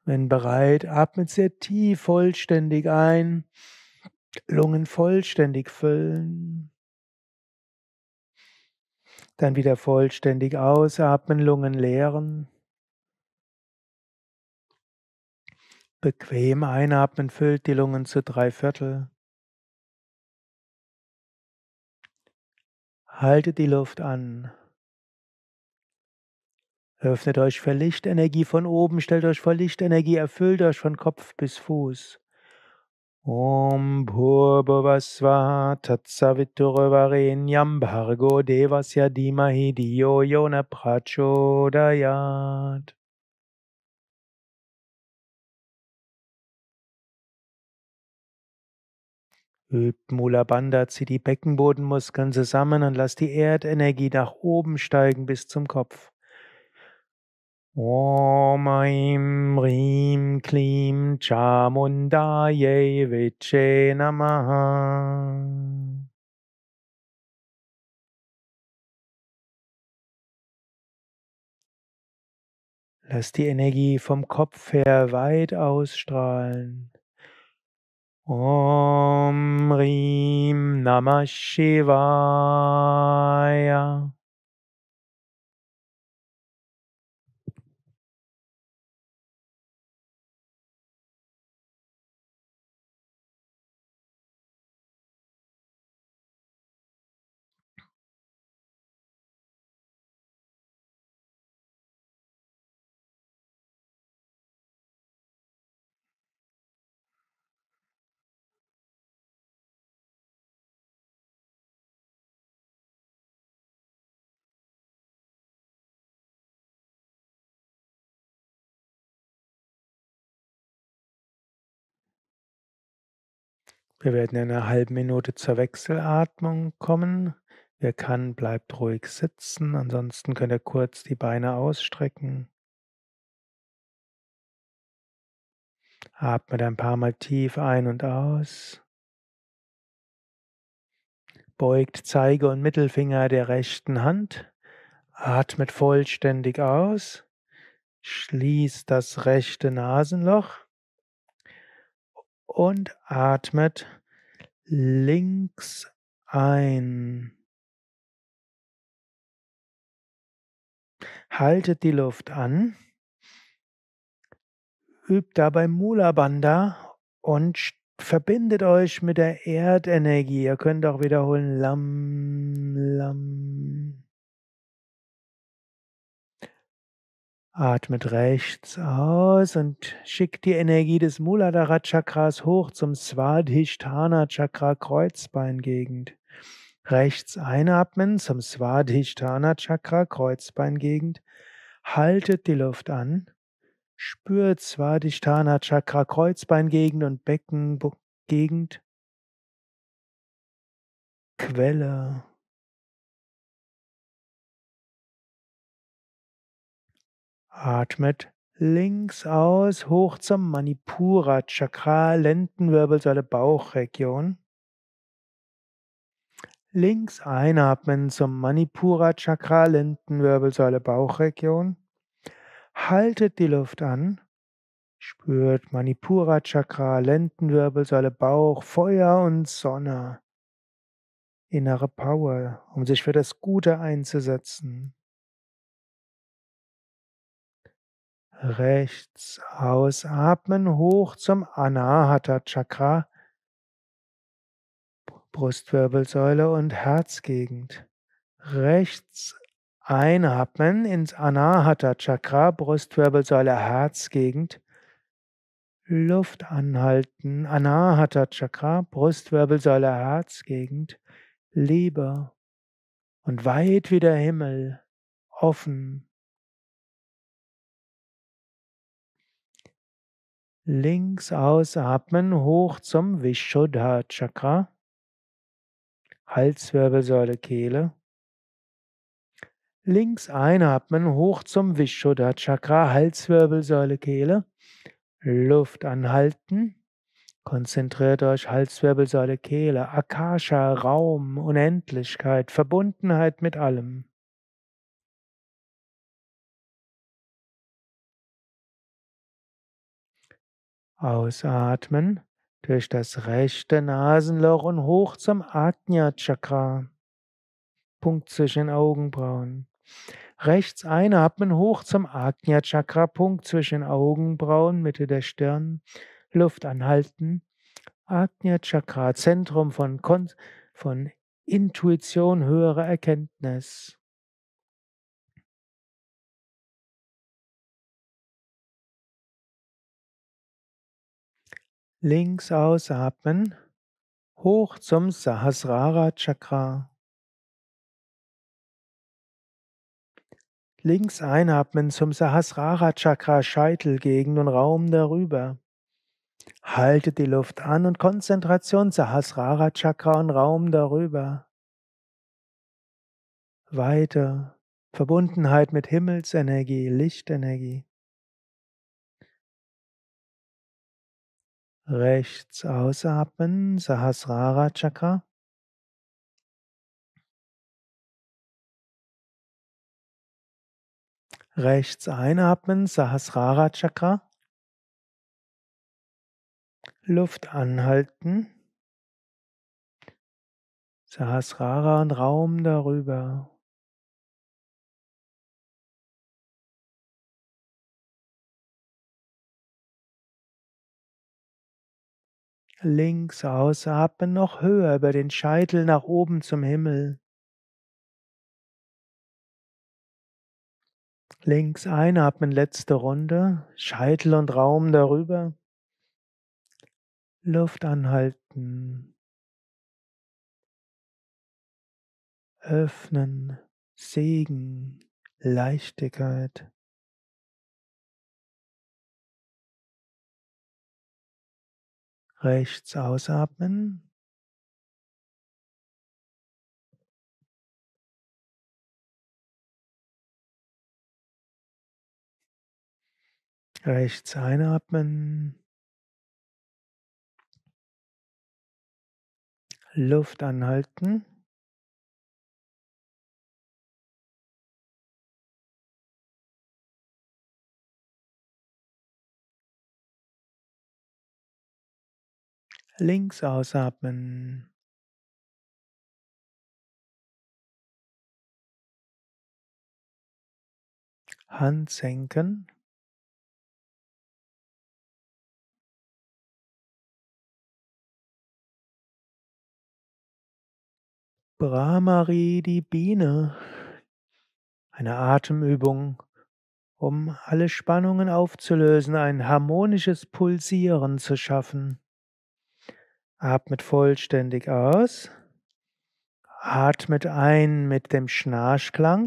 Wenn bereit, atmet sehr tief vollständig ein, Lungen vollständig füllen, dann wieder vollständig ausatmen, Lungen leeren, bequem einatmen, füllt die Lungen zu 3/4, haltet die Luft an, öffnet euch für Lichtenergie von oben, stellt euch vor Lichtenergie, erfüllt euch von Kopf bis Fuß. Om Bhurбhuvah Tatsaviturvarenyam Bhargo Devasya Dhimahi Dhiyo Yo Na Prachodayat. Übt Mula Bandha, zieht die Beckenbodenmuskeln zusammen und lasst die Erdenergie nach oben steigen bis zum Kopf. Om Aim Rim Klim Chamundaye Viche Namaha. Lass die Energie vom Kopf her weit ausstrahlen. Om Rim Namah Shivaya. Wir werden in einer halben Minute zur Wechselatmung kommen. Wer kann, bleibt ruhig sitzen. Ansonsten könnt ihr kurz die Beine ausstrecken. Atmet ein paar Mal tief ein und aus. Beugt Zeige und Mittelfinger der rechten Hand. Atmet vollständig aus. Schließt das rechte Nasenloch und atmet links ein. Haltet die Luft an. Übt dabei Mula Bandha und verbindet euch mit der Erdenergie. Ihr könnt auch wiederholen Lam, Lam. Atmet rechts aus und schickt die Energie des Muladhara Chakras hoch zum Svadhisthana Chakra Kreuzbeingegend. Rechts einatmen zum Svadhisthana Chakra Kreuzbeingegend. Haltet die Luft an. Spürt Svadhisthana Chakra Kreuzbeingegend und Beckengegend. Quelle. Atmet links aus, hoch zum Manipura Chakra, Lendenwirbelsäule, Bauchregion. Links einatmen zum Manipura Chakra, Lendenwirbelsäule, Bauchregion. Haltet die Luft an. Spürt Manipura Chakra, Lendenwirbelsäule, Bauch, Feuer und Sonne. Innere Power, um sich für das Gute einzusetzen. Rechts ausatmen, hoch zum Anahata Chakra, Brustwirbelsäule und Herzgegend. Rechts einatmen ins Anahata Chakra, Brustwirbelsäule, Herzgegend. Luft anhalten, Anahata Chakra, Brustwirbelsäule, Herzgegend. Liebe und weit wie der Himmel, offen. Links ausatmen, hoch zum Vishuddha Chakra, Halswirbelsäule, Kehle. Links einatmen, hoch zum Vishuddha Chakra, Halswirbelsäule, Kehle. Luft anhalten. Konzentriert euch, Halswirbelsäule, Kehle, Akasha, Raum, Unendlichkeit, Verbundenheit mit allem. Ausatmen durch das rechte Nasenloch und hoch zum Ajna Chakra, Punkt zwischen den Augenbrauen. Rechts einatmen, hoch zum Ajna Chakra, Punkt zwischen den Augenbrauen, Mitte der Stirn. Luft anhalten. Ajna Chakra, Zentrum von Intuition, höherer Erkenntnis. Links ausatmen, hoch zum Sahasrara Chakra. Links einatmen zum Sahasrara Chakra, Scheitelgegend und Raum darüber. Halte die Luft an und Konzentration Sahasrara Chakra und Raum darüber. Weiter. Verbundenheit mit Himmelsenergie, Lichtenergie. Rechts ausatmen, Sahasrara Chakra. Rechts einatmen, Sahasrara Chakra. Luft anhalten. Sahasrara und Raum darüber. Links ausatmen, noch höher über den Scheitel nach oben zum Himmel. Links einatmen, letzte Runde. Scheitel und Raum darüber. Luft anhalten. Öffnen. Segen. Leichtigkeit. Rechts ausatmen. Rechts einatmen. Luft anhalten. Links ausatmen. Hand senken. Bhramari, die Biene. Eine Atemübung, um alle Spannungen aufzulösen, ein harmonisches Pulsieren zu schaffen. Atmet vollständig aus. Atmet ein mit dem Schnarchklang.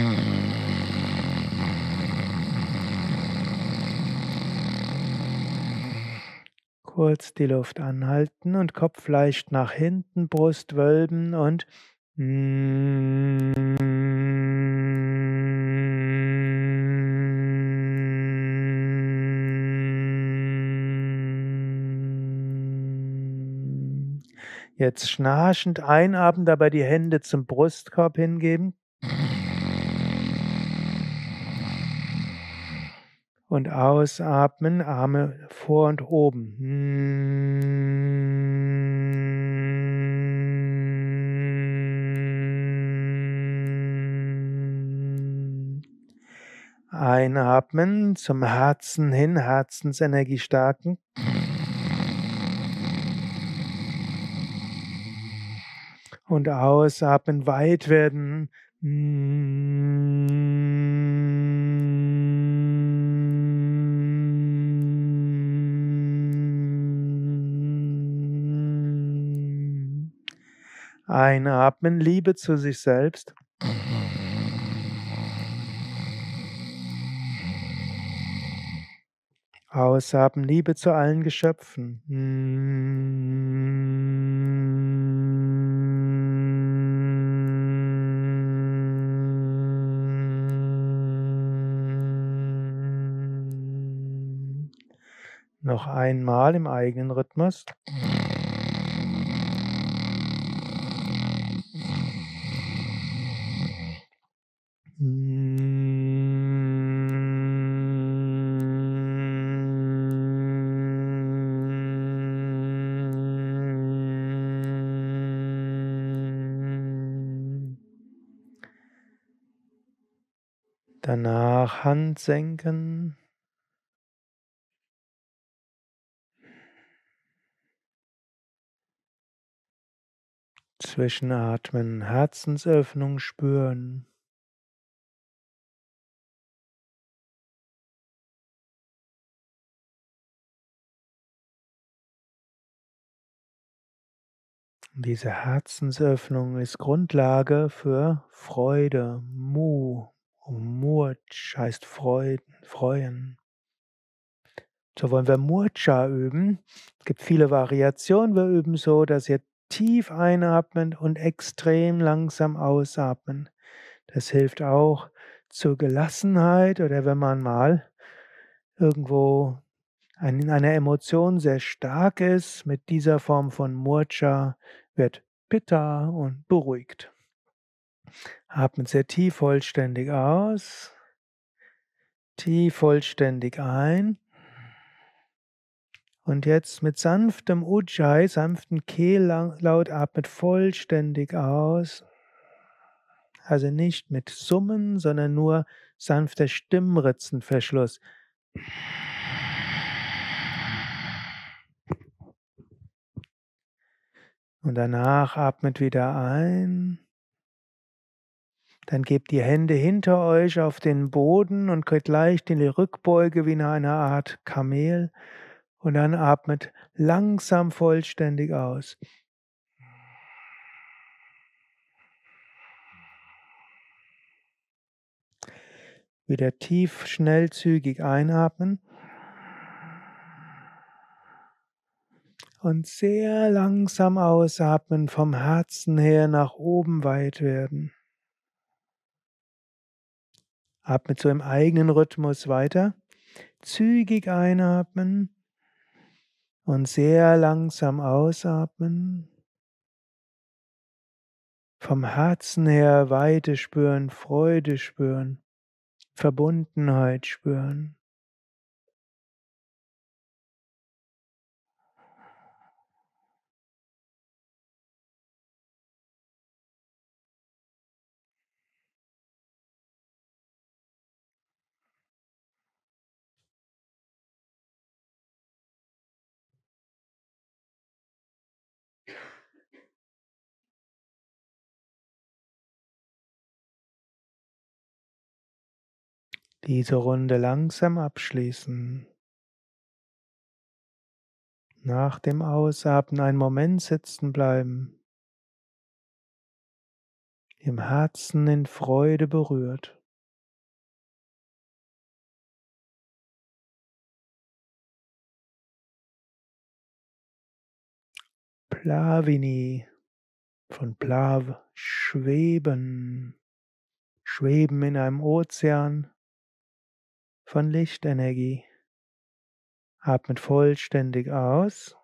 Kurz die Luft anhalten und Kopf leicht nach hinten, Brust wölben und jetzt schnarchend einatmen, dabei die Hände zum Brustkorb hingeben. Und ausatmen, Arme vor und oben. Einatmen, zum Herzen hin, Herzensenergie stärken. Und ausatmen, weit werden. Einatmen, Liebe zu sich selbst. Ausatmen, Liebe zu allen Geschöpfen. Noch einmal im eigenen Rhythmus. Danach Hand senken, Zwischenatmen, Herzensöffnung spüren. Diese Herzensöffnung ist Grundlage für Freude. Murch heißt Freuden, freuen. So wollen wir Murcha üben. Es gibt viele Variationen. Wir üben so, dass ihr tief einatmen und extrem langsam ausatmen. Das hilft auch zur Gelassenheit oder wenn man mal irgendwo in einer Emotion sehr stark ist, mit dieser Form von Murcha wird Pitta und beruhigt. Atmet sehr tief vollständig aus, tief vollständig ein. Und jetzt mit sanftem Ujjayi, sanftem Kehllaut atmet vollständig aus. Also nicht mit Summen, sondern nur sanfter Stimmritzenverschluss. Und danach atmet wieder ein. Dann gebt die Hände hinter euch auf den Boden und geht leicht in die Rückbeuge wie in einer Art Kamel. Und dann atmet langsam vollständig aus. Wieder tief, schnellzügig einatmen. Und sehr langsam ausatmen, vom Herzen her nach oben weit werden. Atmet so im eigenen Rhythmus weiter. Zügig einatmen und sehr langsam ausatmen. Vom Herzen her Weite spüren, Freude spüren, Verbundenheit spüren. Diese Runde langsam abschließen. Nach dem Ausatmen einen Moment sitzen bleiben. Im Herzen in Freude berührt. Plavini von Plav, schweben. Schweben in einem Ozean von Lichtenergie. Atmet vollständig aus.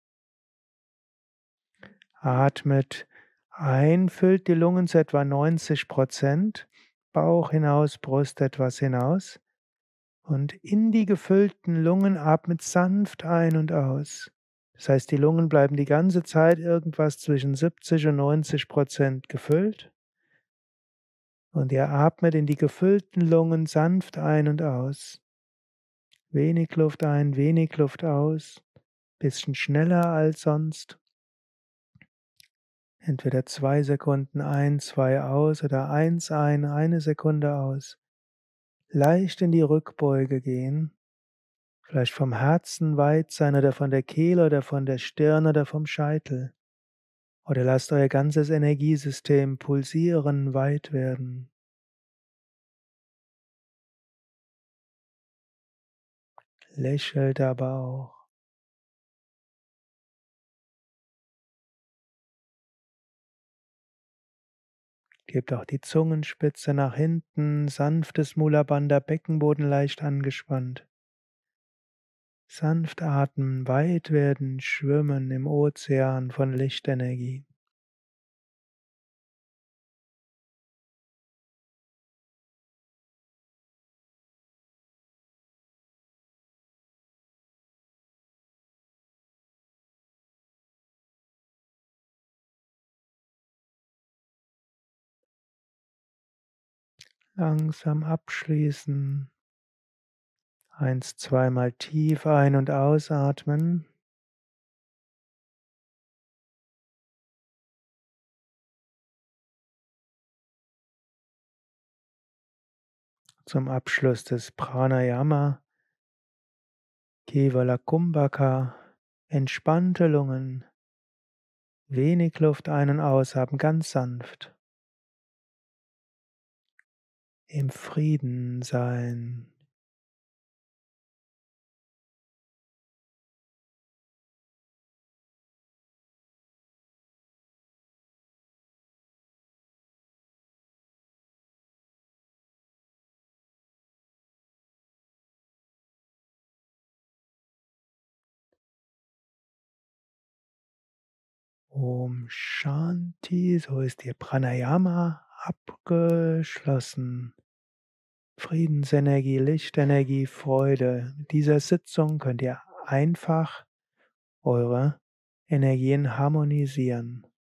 Atmet ein, füllt die Lungen zu etwa 90%, Bauch hinaus, Brust etwas hinaus. Und in die gefüllten Lungen atmet sanft ein und aus. Das heißt, die Lungen bleiben die ganze Zeit irgendwas zwischen 70 und 90% gefüllt. Und ihr atmet in die gefüllten Lungen sanft ein und aus. Wenig Luft ein, wenig Luft aus. Bisschen schneller als sonst. Entweder 2 Sekunden ein, 2 aus oder 1 ein, 1 Sekunde aus. Leicht in die Rückbeuge gehen. Vielleicht vom Herzen weit sein oder von der Kehle oder von der Stirn oder vom Scheitel. Oder lasst euer ganzes Energiesystem pulsieren, weit werden. Lächelt aber auch. Gebt auch die Zungenspitze nach hinten, sanftes Mula Bandha, Beckenboden leicht angespannt. Sanft atmen, weit werden, schwimmen im Ozean von Lichtenergie. Langsam abschließen. Eins, zweimal tief ein- und ausatmen. Zum Abschluss des Pranayama, Kevala Kumbhaka, entspannte Lungen, wenig Luft ein- und ausatmen, ganz sanft. Im Frieden sein. Om Shanti, so ist Ihr Pranayama abgeschlossen. Friedensenergie, Lichtenergie, Freude. Mit dieser Sitzung könnt ihr einfach eure Energien harmonisieren.